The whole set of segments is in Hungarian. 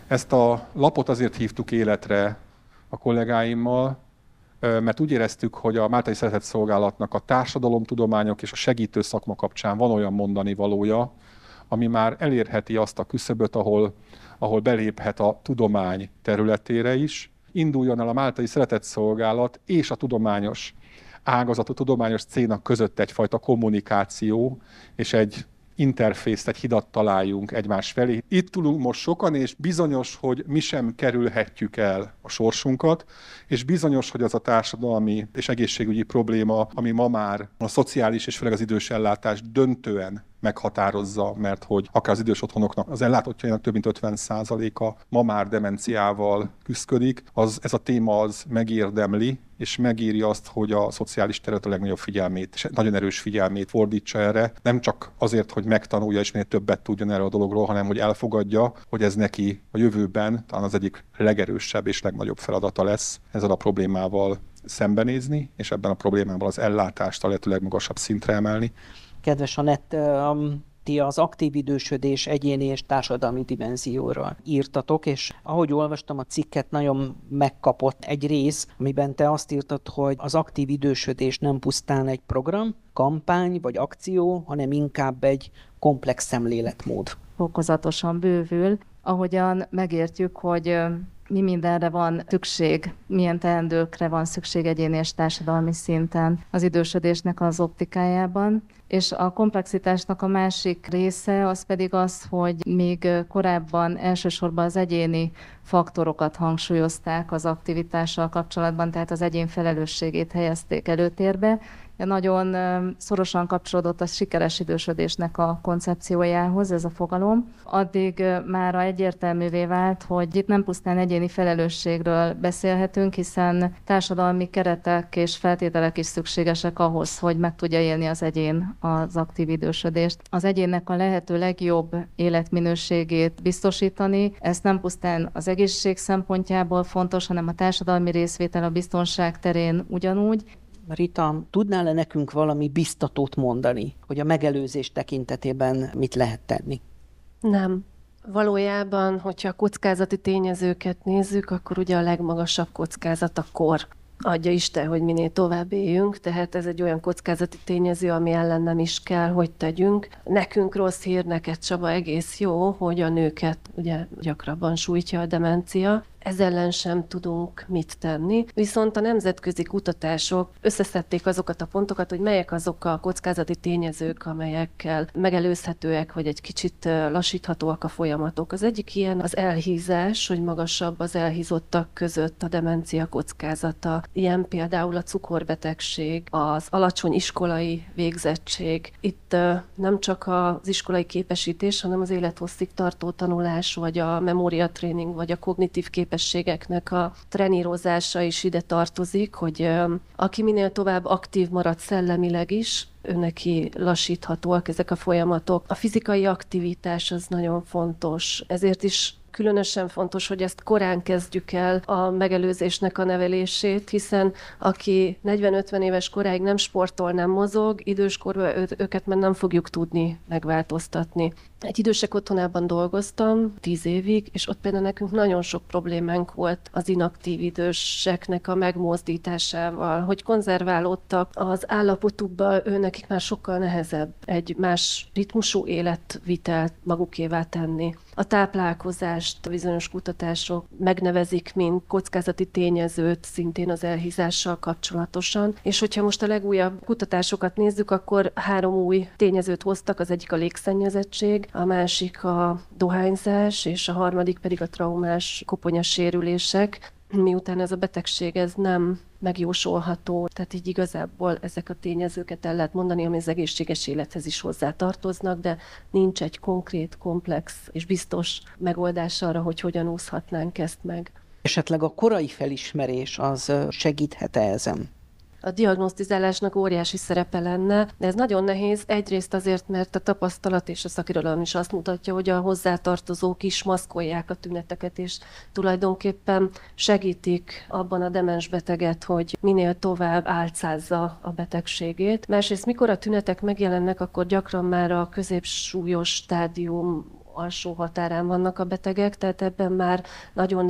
Ezt a lapot azért hívtuk életre a kollégáimmal, mert úgy éreztük, hogy a Máltai Szeretetszolgálatnak a társadalomtudományok és a segítő szakma kapcsán van olyan mondani valója, ami már elérheti azt a küszöböt, ahol beléphet a tudomány területére is. Induljon el a Máltai Szeretetszolgálat és a tudományos ágazat, a tudományos cégnek között egyfajta kommunikáció, és egy interfészt, egy hidat találjunk egymás felé. Itt tudunk most sokan, és bizonyos, hogy mi sem kerülhetjük el a sorsunkat, és bizonyos, hogy az a társadalmi és egészségügyi probléma, ami ma már a szociális és főleg az idős ellátást döntően meghatározza, mert hogy akár az idős otthonoknak az ellátottjainak több mint 50%-a ma már demenciával küszködik, ez a téma az megérdemli, és megéri azt, hogy a szociális terület a legnagyobb figyelmét, és nagyon erős figyelmét fordítsa erre, nem csak azért, hogy megtanulja és minél többet tudjon erről a dologról, hanem hogy elfogadja, hogy ez neki a jövőben talán az egyik legerősebb és legnagyobb feladata lesz ezzel a problémával szembenézni, és ebben a problémában az ellátást a lehető legmagasabb szintre emelni. Kedves Anett, ti az aktív idősödés egyéni és társadalmi dimenzióra írtatok, és ahogy olvastam a cikket, nagyon megkapott egy rész, amiben te azt írtad, hogy az aktív idősödés nem pusztán egy program, kampány vagy akció, hanem inkább egy komplex szemléletmód. Fokozatosan bővül, ahogyan megértjük, hogy mi mindenre van szükség, milyen teendőkre van szükség egyéni és társadalmi szinten az idősödésnek az optikájában. És a komplexitásnak a másik része az pedig az, hogy még korábban elsősorban az egyéni faktorokat hangsúlyozták az aktivitással kapcsolatban, tehát az egyén felelősségét helyezték előtérbe. Nagyon szorosan kapcsolódott a sikeres idősödésnek a koncepciójához ez a fogalom. Addig már egyértelművé vált, hogy itt nem pusztán egyéni felelősségről beszélhetünk, hiszen társadalmi keretek és feltételek is szükségesek ahhoz, hogy meg tudja élni az egyén az aktív idősödést. Az egyénnek a lehető legjobb életminőségét biztosítani, ez nem pusztán az egészség szempontjából fontos, hanem a társadalmi részvétel a biztonság terén ugyanúgy. Rita, tudnál-e nekünk valami biztatót mondani, hogy a megelőzés tekintetében mit lehet tenni? Nem. Valójában, hogyha a kockázati tényezőket nézzük, akkor ugye a legmagasabb kockázat a kor. Adja Isten, hogy minél tovább éljünk, tehát ez egy olyan kockázati tényező, ami ellen nem is kell, hogy tegyünk. Nekünk rossz hír, neked Csaba egész jó, hogy a nőket ugye gyakrabban sújtja a demencia. Ez ellen sem tudunk mit tenni. Viszont a nemzetközi kutatások összeszedték azokat a pontokat, hogy melyek azok a kockázati tényezők, amelyekkel megelőzhetőek, vagy egy kicsit lassíthatóak a folyamatok. Az egyik ilyen az elhízás, hogy magasabb az elhízottak között a demencia kockázata. Ilyen például a cukorbetegség, az alacsony iskolai végzettség. Itt nem csak az iskolai képesítés, hanem az élethosszig tartó tanulás, vagy a memóriatréning, vagy a kognitív képességeknek a trenírozása is ide tartozik, hogy aki minél tovább aktív marad szellemileg is, őneki lassíthatóak ezek a folyamatok. A fizikai aktivitás az nagyon fontos, ezért is különösen fontos, hogy ezt korán kezdjük el a megelőzésnek a nevelését, hiszen aki 40-50 éves koráig nem sportol, nem mozog, időskorban őket már nem fogjuk tudni megváltoztatni. Egy idősek otthonában dolgoztam 10 évig, és ott például nekünk nagyon sok problémánk volt az inaktív időseknek a megmozdításával, hogy konzerválódtak az állapotukban, nekik már sokkal nehezebb egy más ritmusú életvitelt magukévá tenni. A táplálkozást bizonyos kutatások megnevezik, mint kockázati tényezőt, szintén az elhízással kapcsolatosan. És hogyha most a legújabb kutatásokat nézzük, akkor 3 új tényezőt hoztak, az egyik a légszennyezettség, a másik a dohányzás, és a harmadik pedig a traumás koponyasérülések. Miután ez a betegség ez nem megjósolható, tehát így igazából ezek a tényezőket el lehet mondani, ami az egészséges élethez is hozzá tartoznak, de nincs egy konkrét, komplex és biztos megoldás arra, hogy hogyan úszhatnánk ezt meg. Esetleg a korai felismerés az segíthet-e ezen? A diagnosztizálásnak óriási szerepe lenne, de ez nagyon nehéz. Egyrészt azért, mert a tapasztalat és a szakirodalom is azt mutatja, hogy a hozzátartozók is maszkolják a tüneteket, és tulajdonképpen segítik abban a demens beteget, hogy minél tovább álcázza a betegségét. Másrészt, mikor a tünetek megjelennek, akkor gyakran már a középsúlyos stádium alsó határán vannak a betegek, tehát ebben már nagyon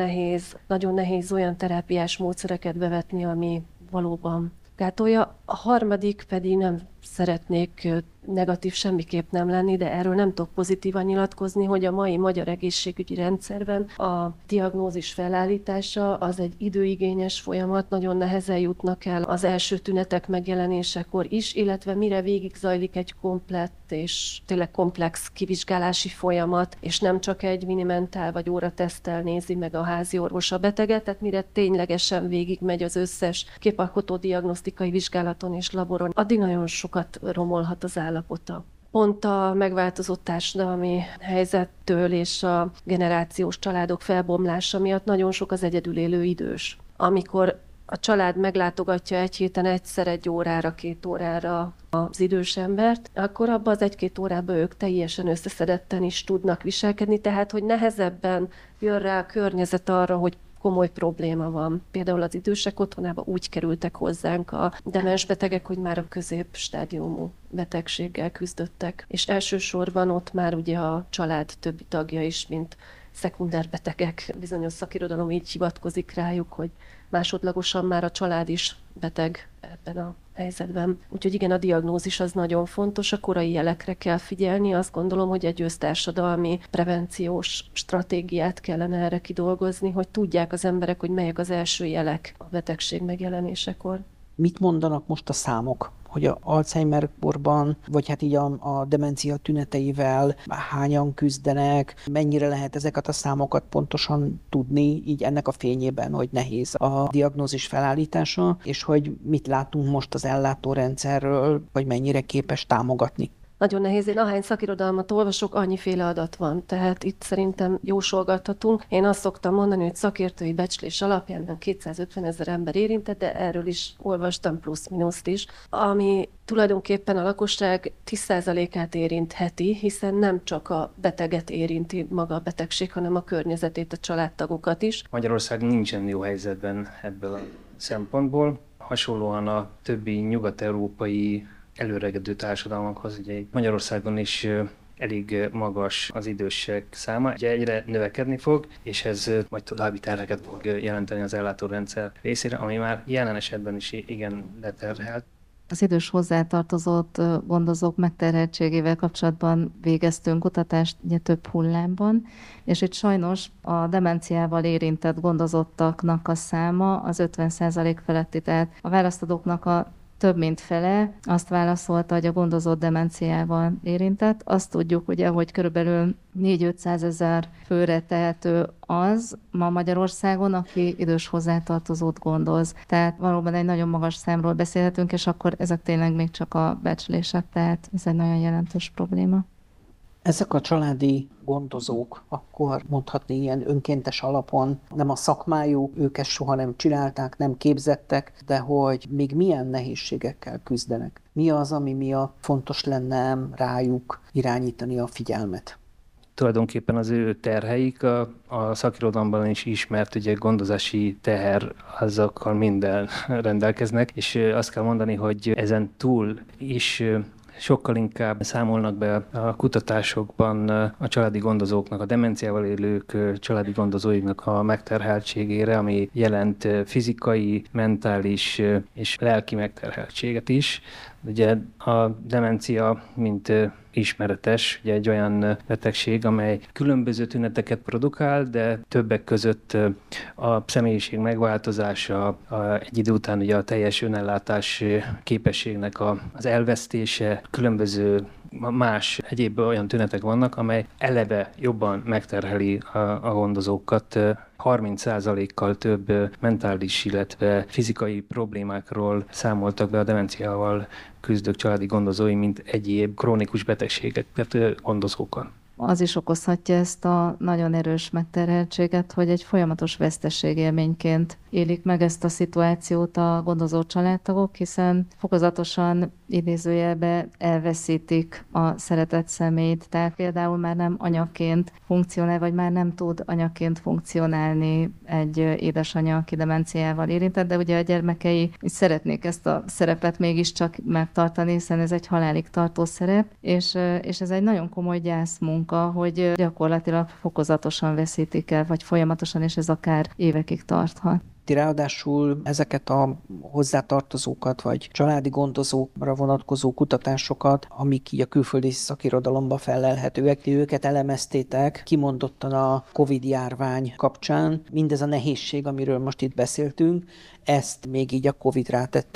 nehéz olyan terápiás módszereket bevetni, ami valóban gátolja. A harmadik pedig nem szeretnék negatív semmiképp nem lenni, de erről nem tudok pozitívan nyilatkozni, hogy a mai magyar egészségügyi rendszerben a diagnózis felállítása az egy időigényes folyamat, nagyon nehezen jutnak el az első tünetek megjelenésekor is, illetve mire végig zajlik egy komplett és tényleg komplex kivizsgálási folyamat, és nem csak egy minimentál vagy órateszttel nézi meg a házi orvos a beteget, tehát mire ténylegesen végig megy az összes képalkotó diagnosztikai vizsgálaton és laboron, addig nagyon sokat romolhat az állapota. Pont a megváltozott társadalmi helyzettől és a generációs családok felbomlása miatt nagyon sok az egyedül élő idős. Amikor a család meglátogatja egy héten egyszer 1 órára, 2 órára az idős embert, akkor abban az 1-2 órában ők teljesen összeszedetten is tudnak viselkedni, tehát hogy nehezebben jön rá a környezet arra, hogy komoly probléma van. Például az idősek otthonába úgy kerültek hozzánk a demens betegek, hogy már a középstádiumú betegséggel küzdöttek. És elsősorban ott már ugye a család többi tagja is, mint szekundárbetegek. Bizonyos szakirodalom így hivatkozik rájuk, hogy másodlagosan már a család is beteg ebben a helyzetben. Úgyhogy igen, a diagnózis az nagyon fontos, a korai jelekre kell figyelni. Azt gondolom, hogy egy össztársadalmi prevenciós stratégiát kellene erre kidolgozni, hogy tudják az emberek, hogy melyek az első jelek a betegség megjelenésekor. Mit mondanak most a számok? Hogy a Alzheimer-korban, vagy hát így a demencia tüneteivel hányan küzdenek, mennyire lehet ezeket a számokat pontosan tudni, így ennek a fényében, hogy nehéz a diagnózis felállítása, és hogy mit látunk most az ellátórendszerről, vagy mennyire képes támogatni. Nagyon nehéz. Én ahány szakirodalmat olvasok, annyiféle adat van. Tehát itt szerintem jósolgathatunk. Én azt szoktam mondani, hogy szakértői becslés alapján 250 000 ember érintett, de erről is olvastam plusz-minuszt is, ami tulajdonképpen a lakosság 10%-át érintheti, hiszen nem csak a beteget érinti maga a betegség, hanem a környezetét, a családtagokat is. Magyarország nincsen jó helyzetben ebből a szempontból. Hasonlóan a többi nyugat-európai előregedő társadalmakhoz, ugye Magyarországon is elég magas az idősek száma, ugye egyre növekedni fog, és ez majd további terheket fog jelenteni az ellátórendszer részére, ami már jelen esetben is igen leterhelt. Az idős hozzátartozott gondozók megterheltségével kapcsolatban végeztünk kutatást ugye több hullámban, és itt sajnos a demenciával érintett gondozottaknak a száma az 50% feletti, tehát a választadóknak a több mint fele azt válaszolta, hogy a gondozott demenciával érintett. Azt tudjuk, ugye, hogy körülbelül 400-500 000 főre tehető az ma Magyarországon, aki idős hozzátartozót gondoz. Tehát valóban egy nagyon magas számról beszélhetünk, és akkor ezek tényleg még csak a becslések, tehát ez egy nagyon jelentős probléma. Ezek a családi gondozók, akkor mondhatni ilyen önkéntes alapon, nem a szakmájuk, ők ezt soha nem csinálták, nem képzettek, de hogy még milyen nehézségekkel küzdenek. Mi az, ami miatt fontos lenne rájuk irányítani a figyelmet? Tulajdonképpen az ő terheik a szakirodalomban is ismert, ugye gondozási teher, azokkal minden rendelkeznek, és azt kell mondani, hogy ezen túl is sokkal inkább számolnak be a kutatásokban a családi gondozóknak, a demenciával élők családi gondozóinak a megterheltségére, ami jelent fizikai, mentális és lelki megterheltséget is. Ugye a demencia, mint ismeretes, ugye egy olyan betegség, amely különböző tüneteket produkál, de többek között a személyiség megváltozása, egy idő után ugye a teljes önellátás képességnek az elvesztése, különböző más egyéb olyan tünetek vannak, amely eleve jobban megterheli a gondozókat. 30%-kal több mentális, illetve fizikai problémákról számoltak be a demenciával küzdők családi gondozói, mint egyéb krónikus betegségeket gondozókkal. Az is okozhatja ezt a nagyon erős megterheltséget, hogy egy folyamatos veszteségélményként élik meg ezt a szituációt a gondozó családtagok, hiszen fokozatosan idézőjelbe elveszítik a szeretett személyt, tehát például már nem anyaként funkcionál, vagy már nem tud anyaként funkcionálni egy édesanyja, aki demenciával érintett, de ugye a gyermekei is szeretnék ezt a szerepet mégiscsak megtartani, hiszen ez egy halálig tartó szerep, és ez egy nagyon komoly gyászmunka munka, hogy gyakorlatilag fokozatosan veszítik el, vagy folyamatosan, és ez akár évekig tarthat. Ti ráadásul ezeket a hozzátartozókat, vagy családi gondozókra vonatkozó kutatásokat, amik így a külföldi szakirodalomba fellelhetőek, ti őket elemeztétek kimondottan a Covid-járvány kapcsán. Mindez a nehézség, amiről most itt beszéltünk, ezt még így a Covid rátett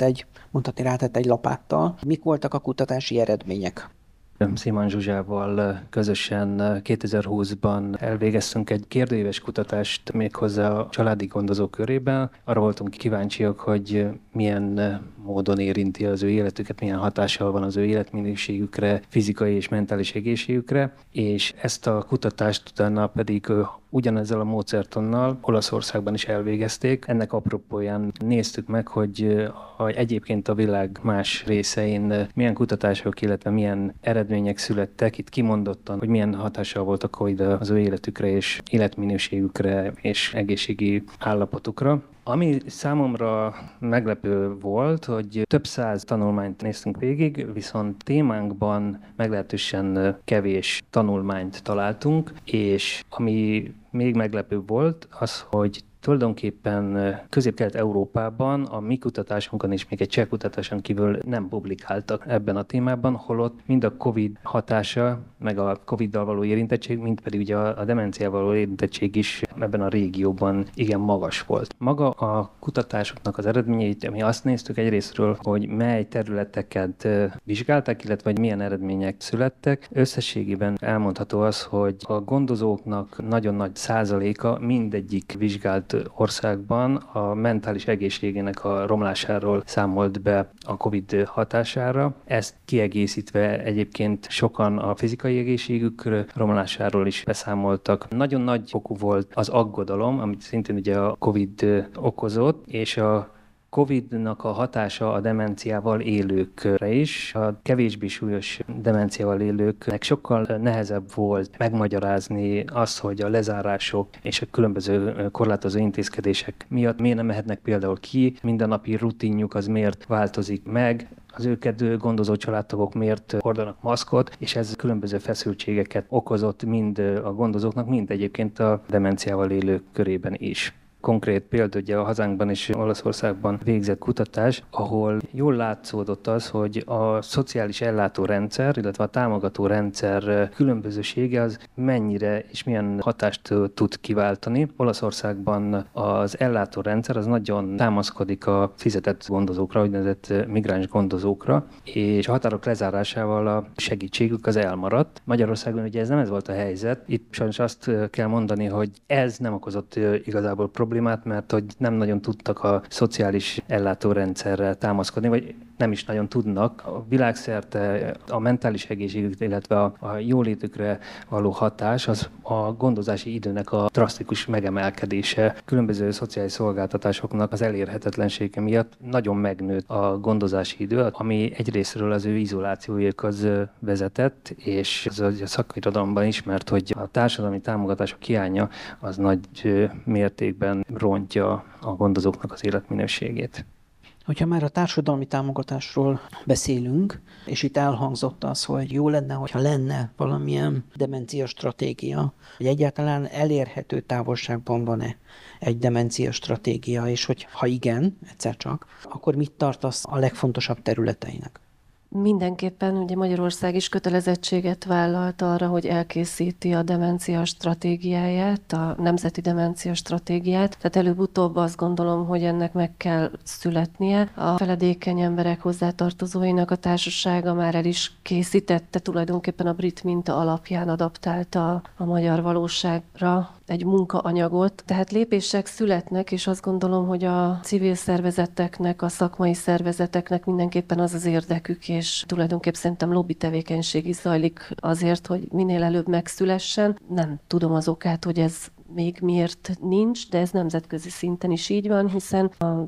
egy lapáttal. Mik voltak a kutatási eredmények? Sziman Zsuzsával közösen 2020-ban elvégeztünk egy kérdőíves kutatást méghozzá a családi gondozók körében. Arra voltunk kíváncsiak, hogy milyen módon érinti az ő életüket, milyen hatással van az ő életminőségükre, fizikai és mentális egészségükre, és ezt a kutatást utána pedig ugyanezzel a módszertannal Olaszországban is elvégezték. Ennek apropóján néztük meg, hogy egyébként a világ más részein milyen kutatások, illetve milyen eredmények születtek. Itt kimondottan, hogy milyen hatással volt a COVID az ő életükre és életminőségükre és egészségi állapotukra. Ami számomra meglepő volt, hogy több száz tanulmányt néztünk végig, viszont témánkban meglehetősen kevés tanulmányt találtunk, és ami még meglepőbb volt, az, hogy tulajdonképpen Közép-Kelet-Európában a mi kutatásunkon és még egy cseh kutatáson kívül nem publikáltak ebben a témában, holott mind a COVID hatása, meg a COVID-dal való érintettség, mind pedig ugye a demenciával való érintettség is ebben a régióban igen magas volt. Maga a kutatásoknak az eredményeit, mi azt néztük egyrésztről, hogy mely területeket vizsgálták, illetve hogy milyen eredmények születtek. Összességében elmondható az, hogy a gondozóknak nagyon nagy százaléka mindegyik vizsgált országban a mentális egészségének a romlásáról számolt be a COVID hatására. Ezt kiegészítve egyébként sokan a fizikai egészségük romlásáról is beszámoltak. Nagyon nagy fokú volt az aggodalom, amit szintén ugye a COVID okozott, és a COVID-nak a hatása a demenciával élőkre is. A kevésbé súlyos demenciával élőknek sokkal nehezebb volt megmagyarázni azt, hogy a lezárások és a különböző korlátozó intézkedések miatt miért nem mehetnek például ki, mindennapi rutinjuk az miért változik meg, az őket gondozó családtagok miért hordanak maszkot, és ez különböző feszültségeket okozott mind a gondozóknak, mind egyébként a demenciával élők körében is. Konkrét példa ugye a hazánkban és Olaszországban végzett kutatás, ahol jól látszódott az, hogy a szociális ellátórendszer, illetve a támogató rendszer különbözősége az mennyire és milyen hatást tud kiváltani. Olaszországban az ellátórendszer az nagyon támaszkodik a fizetett gondozókra, úgynevezett migráns gondozókra, és a határok lezárásával a segítségük az elmaradt. Magyarországon ugye ez volt a helyzet. Itt sajnos azt kell mondani, hogy ez nem okozott igazából problémát, mert hogy nem nagyon tudtak a szociális ellátórendszerrel támaszkodni, vagy nem is nagyon tudnak. A világszerte a mentális egészségük, illetve a jólétükre való hatás az a gondozási időnek a drasztikus megemelkedése. Különböző szociális szolgáltatásoknak az elérhetetlensége miatt nagyon megnőtt a gondozási idő, ami egyrészről az ő izolációjukhoz vezetett, és ez a szakirodalomban ismert, hogy a társadalmi támogatások hiánya az nagy mértékben rontja a gondozóknak az életminőségét. Hogyha már a társadalmi támogatásról beszélünk, és itt elhangzott az, hogy jó lenne, hogyha lenne valamilyen demencia stratégia, hogy egyáltalán elérhető távolságban van-e egy demencia stratégia, és hogy ha igen, egyszer csak, akkor mit tartasz a legfontosabb területeinek? Mindenképpen ugye Magyarország is kötelezettséget vállalt arra, hogy elkészíti a demencia stratégiáját, a nemzeti demencia stratégiát. Tehát előbb-utóbb azt gondolom, hogy ennek meg kell születnie. A feledékeny emberek hozzátartozóinak a társasága már el is készítette, tulajdonképpen a brit minta alapján adaptálta a magyar valóságra egy munkaanyagot. Tehát lépések születnek, és azt gondolom, hogy a civil szervezeteknek, a szakmai szervezeteknek mindenképpen az az érdekük, és tulajdonképpen szerintem lobby tevékenység is zajlik azért, hogy minél előbb megszülessen. Nem tudom az okát, hogy ez még miért nincs, de ez nemzetközi szinten is így van, hiszen a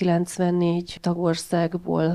194 tagországból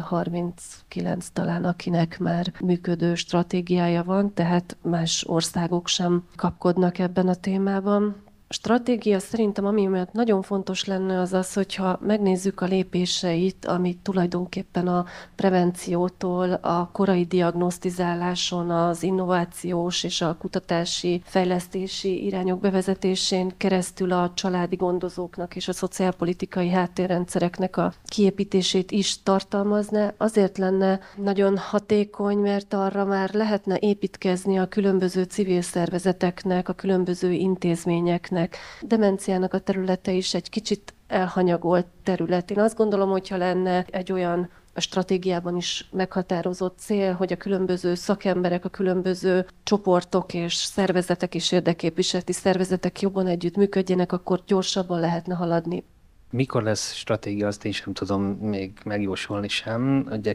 39 talán, akinek már működő stratégiája van, tehát más országok sem kapkodnak ebben a témában. stratégia szerintem, ami miatt nagyon fontos lenne az az, hogyha megnézzük a lépéseit, amit tulajdonképpen a prevenciótól, a korai diagnosztizáláson, az innovációs és a kutatási, fejlesztési irányok bevezetésén keresztül a családi gondozóknak és a szociálpolitikai háttérrendszereknek a kiépítését is tartalmazna. Azért lenne nagyon hatékony, mert arra már lehetne építkezni a különböző civil szervezeteknek, a különböző intézményeknek. Demenciának a területe is egy kicsit elhanyagolt terület. Én azt gondolom, hogyha lenne egy olyan a stratégiában is meghatározott cél, hogy a különböző szakemberek, a különböző csoportok és szervezetek és érdekképviseleti szervezetek jobban együtt működjenek, akkor gyorsabban lehetne haladni. Mikor lesz stratégia, azt én sem tudom még megjósolni sem. Ugye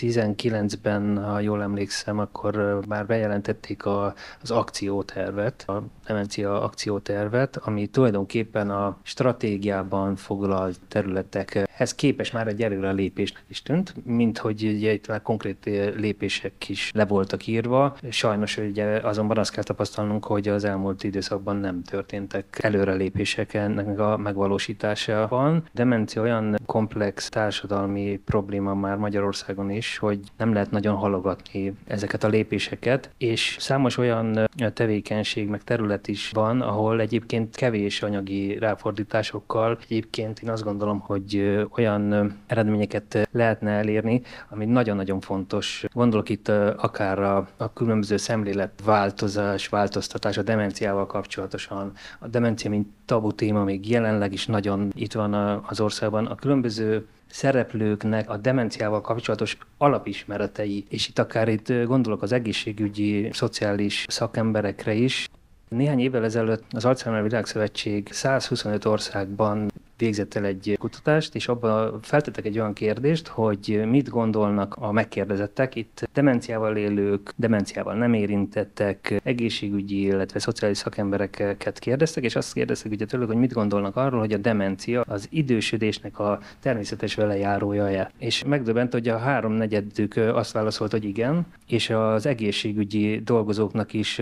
19-ben, ha jól emlékszem, akkor már bejelentették az akciótervet, a demencia akciótervet, ami tulajdonképpen a stratégiában foglalt területekhez képest már egy előrelépésnek is tűnt, mint hogy ugye itt már konkrét lépések is le voltak írva. Sajnos ugye azonban azt kell tapasztalnunk, hogy az elmúlt időszakban nem történtek előrelépések ennek a megvalósításában. Demencia olyan komplex társadalmi probléma már Magyarországon is, hogy nem lehet nagyon halogatni ezeket a lépéseket, és számos olyan tevékenység meg terület is van, ahol egyébként kevés anyagi ráfordításokkal egyébként én azt gondolom, hogy olyan eredményeket lehetne elérni, ami nagyon-nagyon fontos. Gondolok itt akár a különböző változtatás a demenciával kapcsolatosan. A demencia, mint tabu téma még jelenleg is nagyon itt van az országban. A különböző szereplőknek a demenciával kapcsolatos alapismeretei, és itt gondolok az egészségügyi, szociális szakemberekre is. Néhány évvel ezelőtt az Alzheimer Világszövetség 125 országban végzett el egy kutatást, és abban feltettek egy olyan kérdést, hogy mit gondolnak a megkérdezettek. Itt demenciával élők, demenciával nem érintettek, egészségügyi, illetve szociális szakembereket kérdeztek, és azt kérdeztek ugye tőlük, hogy mit gondolnak arról, hogy a demencia az idősödésnek a természetes velejárója-e. És megdöbbent, hogy a 3/4 azt válaszolt, hogy igen, és az egészségügyi dolgozóknak is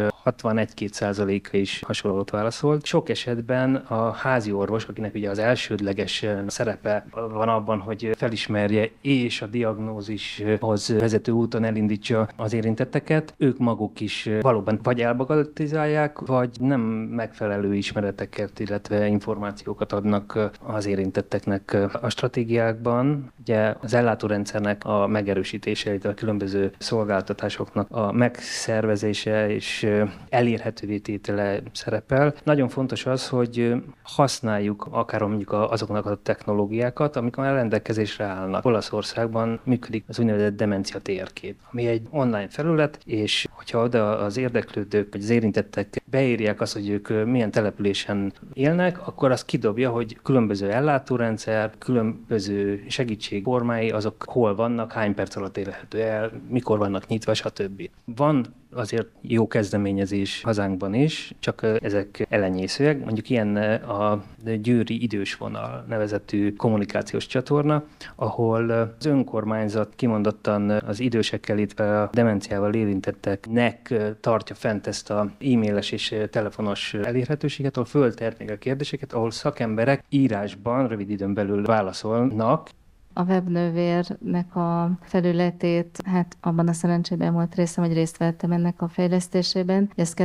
61-2%-a is hasonlót válaszolt. Sok esetben a házi orvos, akinek ugye az elsődleges szerepe van abban, hogy felismerje és a diagnózishoz vezető úton elindítsa az érintetteket, ők maguk is valóban vagy elbagatelizálják, vagy nem megfelelő ismereteket, illetve információkat adnak az érintetteknek a stratégiákban. Ugye az ellátórendszernek a megerősítése, illetve a különböző szolgáltatásoknak a megszervezése és elérhetővé tétele szerepel. Nagyon fontos az, hogy használjuk akár mondjuk azoknak a technológiákat, amik a rendelkezésre állnak. Olaszországban működik az úgynevezett demencia térkép, ami egy online felület, és hogyha oda az érdeklődők vagy az érintettek beírják azt, hogy ők milyen településen élnek, akkor az kidobja, hogy különböző ellátórendszer, különböző segítségformái, azok hol vannak, hány perc alatt érhető el, mikor vannak nyitva, stb. Van azért jó kezdeményezés hazánkban is, csak ezek elenyészőek. Mondjuk ilyen a Győri Idősvonal nevezetű kommunikációs csatorna, ahol az önkormányzat kimondottan az idősekkel, illetve a demenciával érintetteknek tartja fent ezt a e-mailes és telefonos elérhetőséget, ahol föltehetnek a kérdéseket, ahol szakemberek írásban rövid időn belül válaszolnak. A webnővérnek a felületét, hát abban a szerencsében volt részem, hogy részt vettem ennek a fejlesztésében. Ez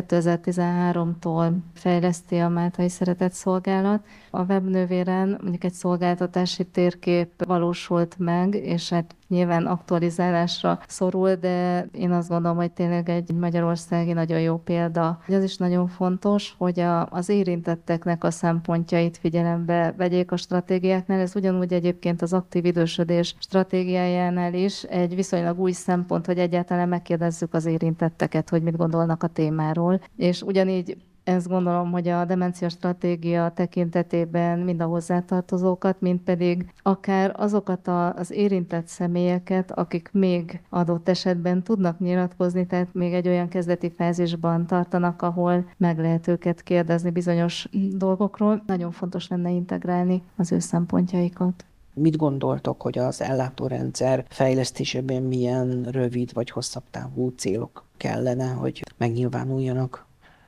2013-tól fejleszti a Máltai Szeretett Szolgálat. A webnővéren mondjuk egy szolgáltatási térkép valósult meg, és hát nyilván aktualizálásra szorul, de én azt gondolom, hogy tényleg egy magyarországi nagyon jó példa. Az is nagyon fontos, hogy az érintetteknek a szempontjait figyelembe vegyék a stratégiáknál. Ez ugyanúgy egyébként az aktív idősödés stratégiájánál is egy viszonylag új szempont, hogy egyáltalán megkérdezzük az érintetteket, hogy mit gondolnak a témáról. És ugyanígy ezt gondolom, hogy a demencia stratégia tekintetében mind a hozzátartozókat, mind pedig akár azokat az érintett személyeket, akik még adott esetben tudnak nyilatkozni, tehát még egy olyan kezdeti fázisban tartanak, ahol meg lehet őket kérdezni bizonyos dolgokról. Nagyon fontos lenne integrálni az ő szempontjaikat. Mit gondoltok, hogy az ellátórendszer fejlesztésében milyen rövid vagy hosszabb távú célok kellene, hogy megnyilvánuljanak?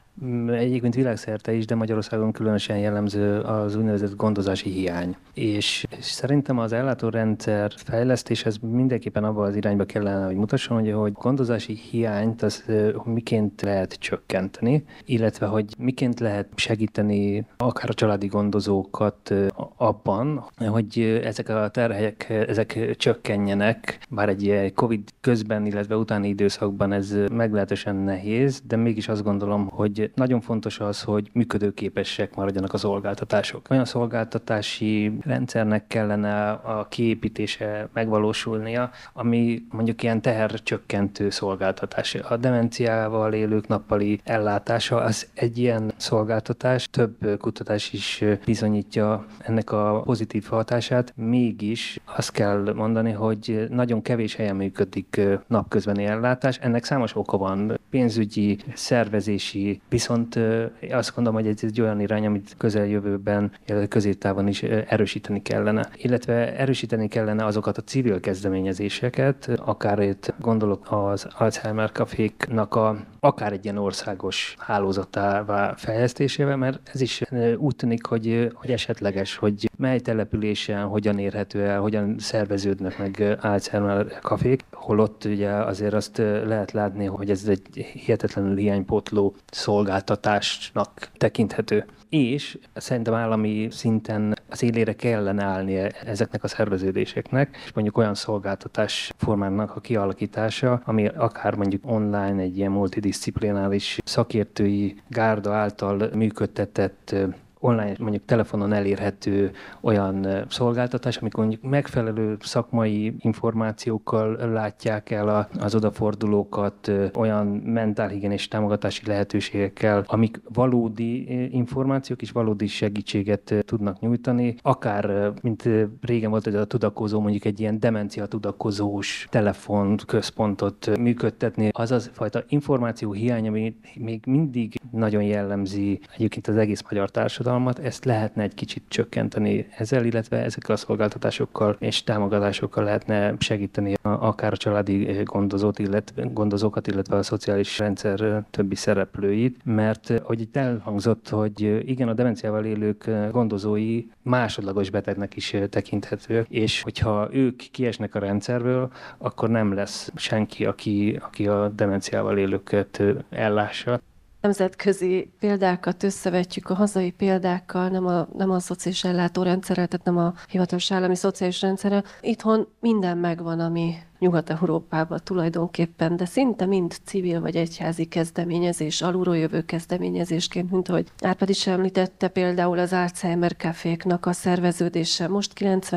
Egyébként világszerte is, de Magyarországon különösen jellemző az úgynevezett gondozási hiány. És szerintem az ellátórendszer fejlesztéshez mindenképpen abban az irányba kellene, hogy mutasson, hogy gondozási hiányt az miként lehet csökkenteni, illetve hogy miként lehet segíteni akár a családi gondozókat abban, hogy ezek a terhek ezek csökkenjenek, bár egy Covid közben, illetve utáni időszakban ez meglehetősen nehéz, de mégis azt gondolom, hogy nagyon fontos az, hogy működőképesek maradjanak a szolgáltatások. Olyan szolgáltatási rendszernek kellene a kiépítése megvalósulnia, ami mondjuk ilyen tehercsökkentő szolgáltatás. A demenciával élők nappali ellátása az egy ilyen szolgáltatás. Több kutatás is bizonyítja ennek a pozitív hatását. Mégis azt kell mondani, hogy nagyon kevés helyen működik napközbeni ellátás. Ennek számos oka van. Pénzügyi, szervezési, viszont azt gondolom, hogy ez egy olyan irány, amit közeljövőben, illetve középtávon is erősíteni kellene. Illetve erősíteni kellene azokat a civil kezdeményezéseket, akár itt gondolok az Alzheimer kaféknak akár egy ilyen országos hálózatává fejlesztésével, mert ez is úgy tűnik, hogy esetleges, hogy mely településen hogyan érhető el, hogyan szerveződnek meg Alzheimer kafék, holott ugye azért azt lehet látni, hogy ez egy hihetetlenül hiánypótló szolgáltatásnak tekinthető. És szerintem állami szinten az élére kellene állni ezeknek a szerveződéseknek, és mondjuk olyan szolgáltatás formának a kialakítása, ami akár mondjuk online egy ilyen multidisciplináris szakértői gárda által működtetett online, mondjuk telefonon elérhető olyan szolgáltatás, amikor mondjuk megfelelő szakmai információkkal látják el az odafordulókat, olyan mentálhigiénés támogatási lehetőségekkel, amik valódi információk és valódi segítséget tudnak nyújtani, akár, mint régen volt, hogy a tudakozó, mondjuk egy ilyen demencia tudakozós telefonközpontot működtetni, azaz fajta információ hiány, ami még mindig nagyon jellemzi egyébként az egész magyar társadalmat, ezt lehetne egy kicsit csökkenteni ezzel, illetve ezekkel a szolgáltatásokkal és támogatásokkal lehetne segíteni akár a családi gondozókat, illetve a szociális rendszer többi szereplőit, mert hogy itt elhangzott, hogy igen, a demenciával élők gondozói másodlagos betegnek is tekinthetők, és hogyha ők kiesnek a rendszerből, akkor nem lesz senki, aki a demenciával élőket ellássa. Nemzetközi példákat összevetjük a hazai példákkal, nem a szociális ellátórendszerrel, tehát nem a hivatalos állami szociális rendszerrel. Itthon minden megvan, ami Nyugat-Európában tulajdonképpen, de szinte mind civil vagy egyházi kezdeményezés, alulról jövő kezdeményezésként, mint ahogy Árpád is említette, például az Alzheimer kaféknak a szerveződése. Most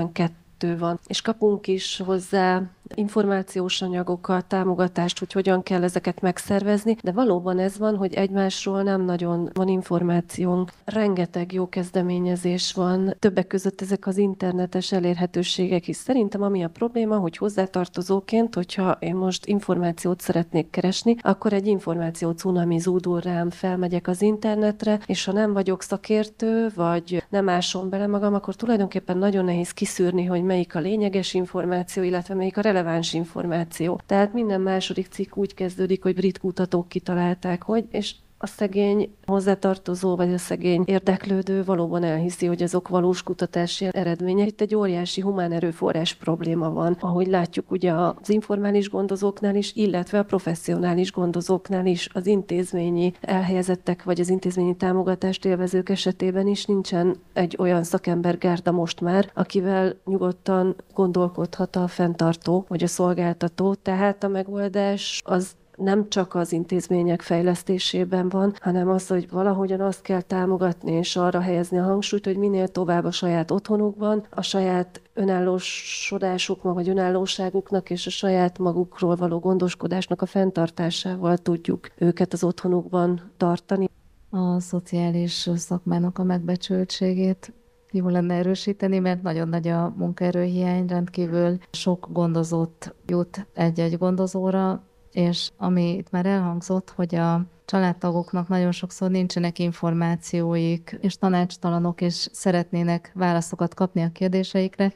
92 van, és kapunk is hozzá információs anyagokat, támogatást, hogy hogyan kell ezeket megszervezni, de valóban ez van, hogy egymásról nem nagyon van információnk. Rengeteg jó kezdeményezés van, többek között ezek az internetes elérhetőségek is. Szerintem ami a probléma, hogy hozzátartozóként, hogyha én most információt szeretnék keresni, akkor egy információ cunami zúdul rám, felmegyek az internetre, és ha nem vagyok szakértő, vagy nem ásom bele magam, akkor tulajdonképpen nagyon nehéz kiszűrni, hogy melyik a lényeges információ, illetve melyik a releváns információ. Tehát minden második cikk úgy kezdődik, hogy brit kutatók kitalálták, hogy, és a szegény hozzátartozó, vagy a szegény érdeklődő valóban elhiszi, hogy azok valós kutatási eredmények. Itt egy óriási humán erőforrás probléma van, ahogy látjuk ugye az informális gondozóknál is, illetve a professzionális gondozóknál is, az intézményi elhelyezettek, vagy az intézményi támogatást élvezők esetében is nincsen egy olyan szakembergárda most már, akivel nyugodtan gondolkodhat a fenntartó, vagy a szolgáltató. Tehát a megoldás az nem csak az intézmények fejlesztésében van, hanem az, hogy valahogyan azt kell támogatni és arra helyezni a hangsúlyt, hogy minél tovább a saját otthonukban, a saját önállósodásuknak vagy önállóságuknak és a saját magukról való gondoskodásnak a fenntartásával tudjuk őket az otthonukban tartani. A szociális szakmának a megbecsültségét jó lenne erősíteni, mert nagyon nagy a munkaerőhiány, rendkívül sok gondozót jut egy-egy gondozóra, és ami itt már elhangzott, hogy a családtagoknak nagyon sokszor nincsenek információik, és tanácstalanok, és szeretnének válaszokat kapni a kérdéseikre,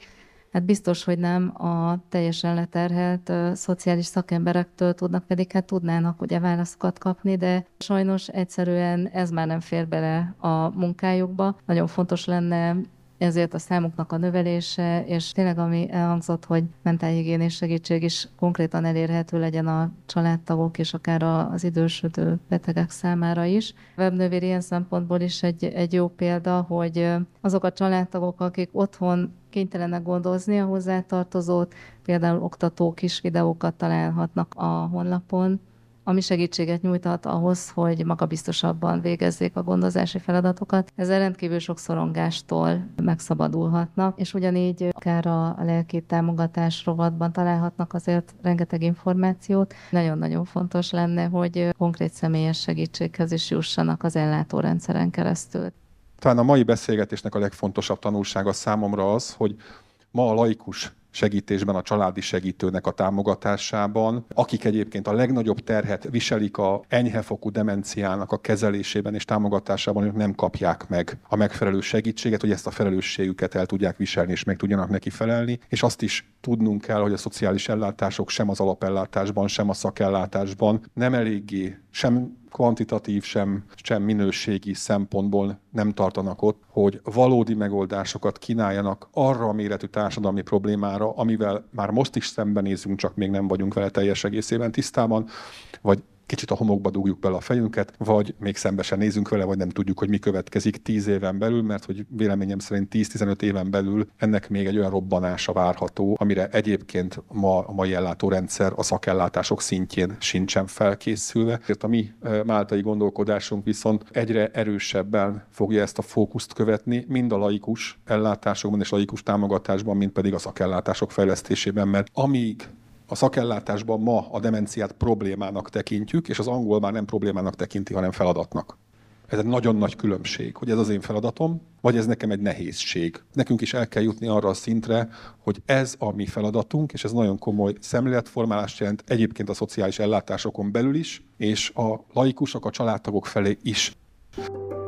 Hát biztos, hogy nem a teljesen leterhelt szociális szakemberektől tudnának ugye válaszokat kapni, de sajnos egyszerűen ez már nem fér bele a munkájukba. Nagyon fontos lenne ezért a számuknak a növelése, és tényleg ami elhangzott, hogy mentálhigiénés segítség is konkrétan elérhető legyen a családtagok és akár az idősödő betegek számára is. A webnővér ilyen szempontból is egy jó példa, hogy azok a családtagok, akik otthon kénytelenek gondozni a hozzátartozót, például oktatók is videókat találhatnak a honlapon, ami segítséget nyújthat ahhoz, hogy magabiztosabban végezzék a gondozási feladatokat. Ezzel rendkívül sok szorongástól megszabadulhatnak, és ugyanígy akár a lelki támogatás rovatban találhatnak azért rengeteg információt. Nagyon-nagyon fontos lenne, hogy konkrét személyes segítséghez is jussanak az ellátórendszeren keresztül. Talán a mai beszélgetésnek a legfontosabb tanulsága számomra az, hogy ma a laikus segítésben, a családi segítőnek a támogatásában, akik egyébként a legnagyobb terhet viselik a enyhefokú demenciának a kezelésében és támogatásában, ők nem kapják meg a megfelelő segítséget, hogy ezt a felelősségüket el tudják viselni és meg tudjanak neki felelni. És azt is tudnunk kell, hogy a szociális ellátások sem az alapellátásban, sem a szakellátásban nem eléggé, sem kvantitatív, sem minőségi szempontból nem tartanak ott, hogy valódi megoldásokat kínáljanak arra a méretű társadalmi problémára, amivel már most is szembenézünk, csak még nem vagyunk vele teljes egészében tisztában, vagy kicsit a homokba dugjuk bele a fejünket, vagy még szembe sem nézünk vele, vagy nem tudjuk, hogy mi következik 10 éven belül, mert hogy véleményem szerint 10-15 éven belül ennek még egy olyan robbanása várható, amire egyébként ma a mai ellátórendszer a szakellátások szintjén sincsen felkészülve. Ezért a mi máltai gondolkodásunk viszont egyre erősebben fogja ezt a fókuszt követni, mind a laikus ellátásokban és laikus támogatásban, mind pedig a szakellátások fejlesztésében, mert amíg a szakellátásban ma a demenciát problémának tekintjük, és az angol már nem problémának tekinti, hanem feladatnak. Ez egy nagyon nagy különbség, hogy ez az én feladatom, vagy ez nekem egy nehézség. Nekünk is el kell jutni arra a szintre, hogy ez a mi feladatunk, és ez nagyon komoly szemléletformálást jelent egyébként a szociális ellátásokon belül is, és a laikusok, a családtagok felé is.